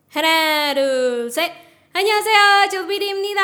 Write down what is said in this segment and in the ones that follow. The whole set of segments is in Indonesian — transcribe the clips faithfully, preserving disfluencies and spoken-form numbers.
하나, 둘, 셋. 안녕하세요, 조비리입니다.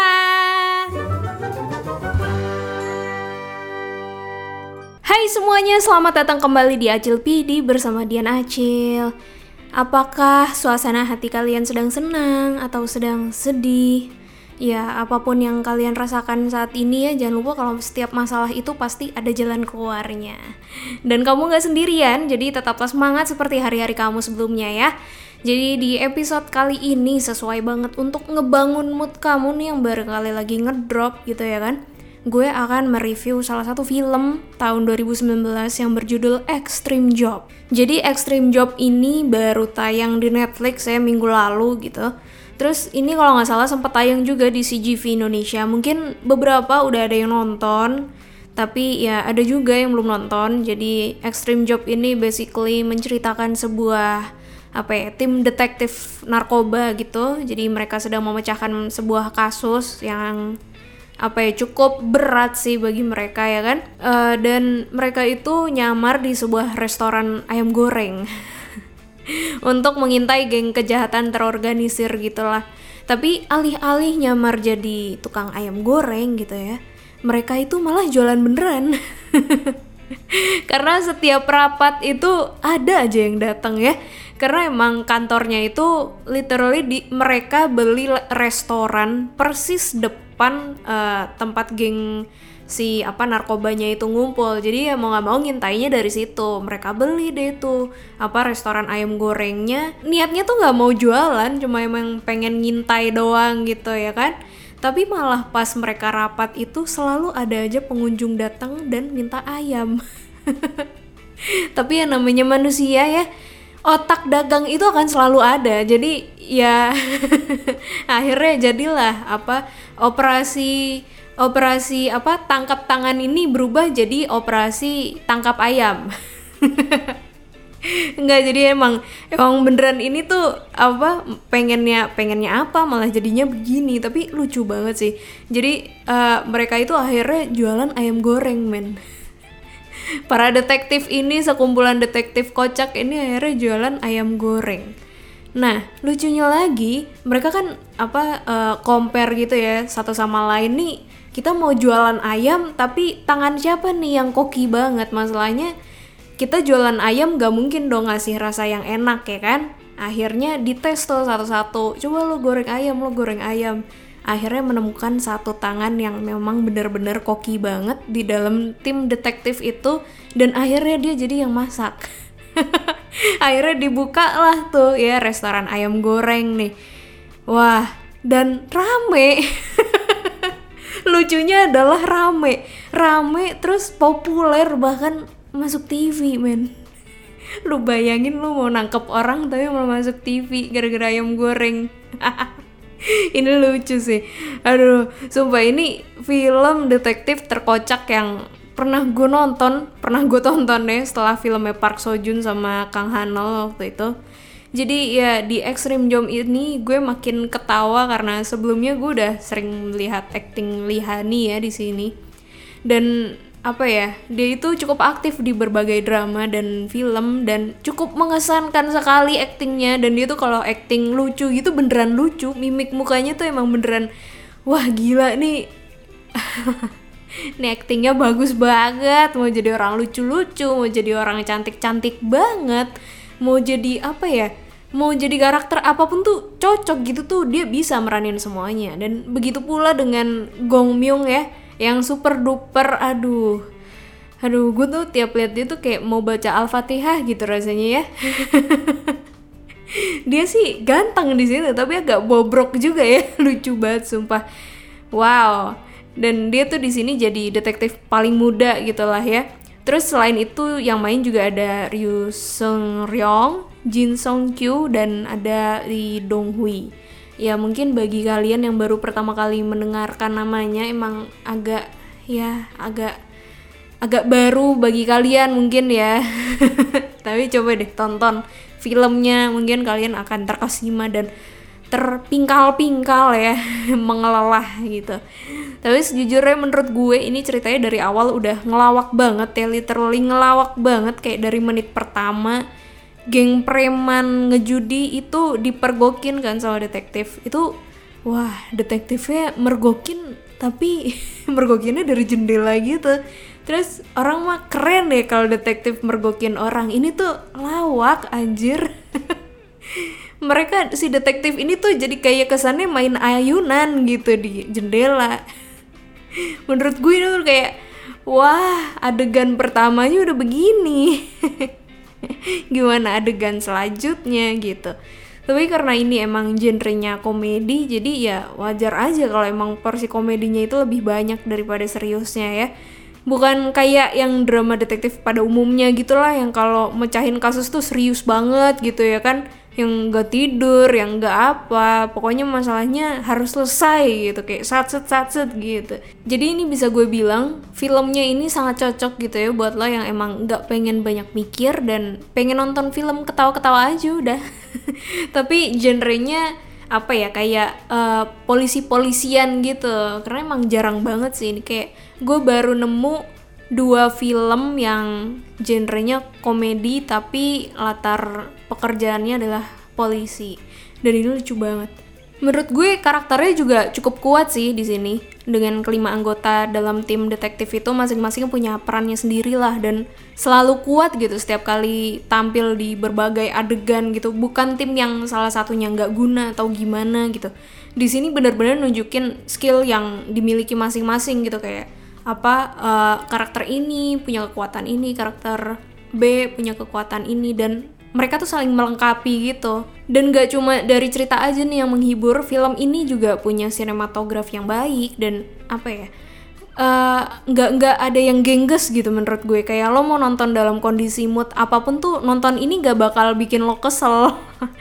Hai semuanya, selamat datang kembali di Acil P D bersama Dian Acil. Apakah suasana hati kalian sedang senang atau sedang sedih? Ya, apapun yang kalian rasakan saat ini ya, jangan lupa kalau setiap masalah itu pasti ada jalan keluarnya. Dan kamu gak sendirian, jadi tetaplah semangat seperti hari-hari kamu sebelumnya ya. Jadi di episode kali ini sesuai banget untuk ngebangun mood kamu nih yang barangkali lagi ngedrop gitu ya kan. Gue akan mereview salah satu film tahun dua ribu sembilan belas yang berjudul Extreme Job. Jadi Extreme Job ini baru tayang di Netflix ya minggu lalu gitu. Terus ini kalau nggak salah sempat tayang juga di C G V Indonesia. Mungkin beberapa udah ada yang nonton, tapi ya ada juga yang belum nonton. Jadi Extreme Job ini basically menceritakan sebuah apa ya, tim detektif narkoba gitu. Jadi mereka sedang memecahkan sebuah kasus yang apa ya, cukup berat sih bagi mereka ya kan. Uh, dan mereka itu nyamar di sebuah restoran ayam goreng untuk mengintai geng kejahatan terorganisir gitulah. Tapi alih-alih nyamar jadi tukang ayam goreng gitu ya, mereka itu malah jualan beneran. Karena setiap rapat itu ada aja yang datang ya. Karena emang kantornya itu literally di, mereka beli restoran persis depan uh, tempat geng si apa narkobanya itu ngumpul. Jadi ya mau nggak mau ngintainya dari situ. Mereka beli deh itu apa restoran ayam gorengnya. Niatnya tuh nggak mau jualan, cuma emang pengen ngintai doang gitu ya kan. Tapi malah pas mereka rapat itu selalu ada aja pengunjung datang dan minta ayam. Tapi ya namanya manusia ya, otak dagang itu akan selalu ada. Jadi ya akhirnya jadilah apa operasi operasi apa tangkap tangan ini berubah jadi operasi tangkap ayam. Enggak, jadi emang emang beneran ini tuh apa pengennya pengennya apa malah jadinya begini, tapi lucu banget sih. Jadi uh, mereka itu akhirnya jualan ayam goreng men. Para detektif ini, sekumpulan detektif kocak ini akhirnya jualan ayam goreng. Nah, lucunya lagi, mereka kan apa uh, compare gitu ya satu sama lain nih. Kita mau jualan ayam, tapi tangan siapa nih yang koki banget? Masalahnya kita jualan ayam gak mungkin dong ngasih rasa yang enak ya kan? Akhirnya dites tuh satu-satu. Coba lo goreng ayam, lo goreng ayam. Akhirnya menemukan satu tangan yang memang benar-benar koki banget di dalam tim detektif itu, dan akhirnya dia jadi yang masak. Akhirnya dibuka lah tuh ya restoran ayam goreng nih. Wah, dan rame. Lucunya adalah rame. Rame terus populer, bahkan masuk T V men. Lu bayangin lu mau nangkep orang tapi malah masuk T V gara-gara ayam goreng. Ini lucu sih. Aduh, sumpah ini film detektif terkocak yang pernah gue nonton, pernah gue tonton deh setelah filmnya Park Seo Joon sama Kang Hanol waktu itu. Jadi ya di Extreme Job ini gue makin ketawa karena sebelumnya gue udah sering melihat acting Lee Hani ya di sini. Dan apa ya, dia itu cukup aktif di berbagai drama dan film dan cukup mengesankan sekali aktingnya. Dan dia tuh kalau akting lucu gitu beneran lucu, mimik mukanya tuh emang beneran wah gila nih. Nih aktingnya bagus banget, mau jadi orang lucu-lucu, mau jadi orang cantik-cantik banget, mau jadi apa ya, mau jadi karakter apapun tuh cocok gitu tuh, dia bisa meranin semuanya. Dan begitu pula dengan Gong Myung ya, yang super duper, aduh aduh gue tuh tiap lihat dia tuh kayak mau baca Al-Fatihah gitu rasanya ya. Dia sih ganteng di situ tapi agak bobrok juga ya. Lucu banget sumpah, wow. Dan dia tuh di sini jadi detektif paling muda gitulah ya. Terus selain itu yang main juga ada Ryu Seung Ryong, Jin Song Kyu, dan ada Lee Dong Hui. Ya mungkin bagi kalian yang baru pertama kali mendengarkan namanya emang agak ya agak agak baru bagi kalian mungkin ya. Tapi coba deh tonton filmnya, mungkin kalian akan terkesima dan terpingkal-pingkal ya. Mengelelah gitu. Tapi sejujurnya menurut gue ini ceritanya dari awal udah ngelawak banget ya, literally ngelawak banget kayak dari menit pertama geng preman ngejudi itu dipergokin kan sama detektif. Itu wah, detektifnya mergokin tapi mergokinnya dari jendela gitu. Terus orang mah keren deh kalau detektif mergokin orang. Ini tuh lawak anjir. Mereka si detektif ini tuh jadi kayak kesannya main ayunan gitu di jendela. Menurut gue itu kayak wah, adegan pertamanya udah begini. Gimana adegan selanjutnya gitu. Tapi karena ini emang genrenya komedi, jadi ya wajar aja kalau emang porsi komedinya itu lebih banyak daripada seriusnya ya. Bukan kayak yang drama detektif pada umumnya gitulah, yang kalau mecahin kasus tuh serius banget gitu ya kan, yang gak tidur, yang gak apa, pokoknya masalahnya harus selesai gitu, kayak satset-satset gitu. Jadi ini bisa gue bilang filmnya ini sangat cocok gitu ya buat lo yang emang gak pengen banyak mikir dan pengen nonton film ketawa-ketawa aja udah. Tapi genrenya apa ya, kayak uh, polisi-polisian gitu, karena emang jarang banget sih ini, kayak gue baru nemu dua film yang genrenya komedi tapi latar pekerjaannya adalah polisi, dan ini lucu banget. Menurut gue karakternya juga cukup kuat sih di sini. Dengan kelima anggota dalam tim detektif itu masing-masing punya perannya sendiri lah, dan selalu kuat gitu setiap kali tampil di berbagai adegan gitu. Bukan tim yang salah satunya nggak guna atau gimana gitu. Di sini benar-benar nunjukin skill yang dimiliki masing-masing gitu, kayak apa uh, karakter ini punya kekuatan ini, karakter B punya kekuatan ini, dan mereka tuh saling melengkapi gitu. Dan gak cuma dari cerita aja nih yang menghibur, film ini juga punya sinematografi yang baik dan apa ya, uh, gak, gak ada yang gengges gitu menurut gue. Kayak lo mau nonton dalam kondisi mood apapun tuh, nonton ini gak bakal bikin lo kesel.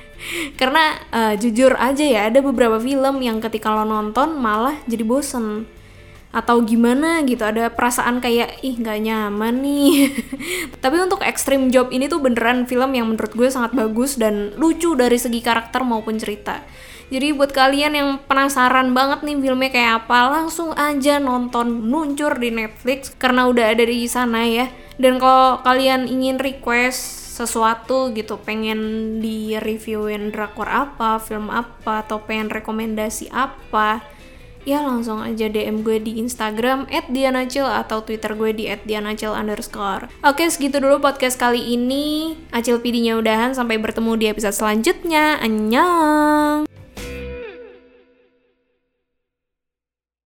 Karena uh, jujur aja ya, ada beberapa film yang ketika lo nonton malah jadi bosen atau gimana gitu, ada perasaan kayak ih nggak nyaman nih. Tapi untuk Extreme Job ini tuh beneran film yang menurut gue sangat bagus dan lucu dari segi karakter maupun cerita. Jadi buat kalian yang penasaran banget nih filmnya kayak apa, langsung aja nonton, meluncur di Netflix karena udah ada di sana ya. Dan kalau kalian ingin request sesuatu gitu, pengen di reviewin drakor apa, film apa, atau pengen rekomendasi apa, ya langsung aja D M gue di Instagram at dianacil atau Twitter gue di at dianacil underscore. Oke, segitu dulu podcast kali ini. Acil P D-nya udahan, sampai bertemu di episode selanjutnya. Annyeong!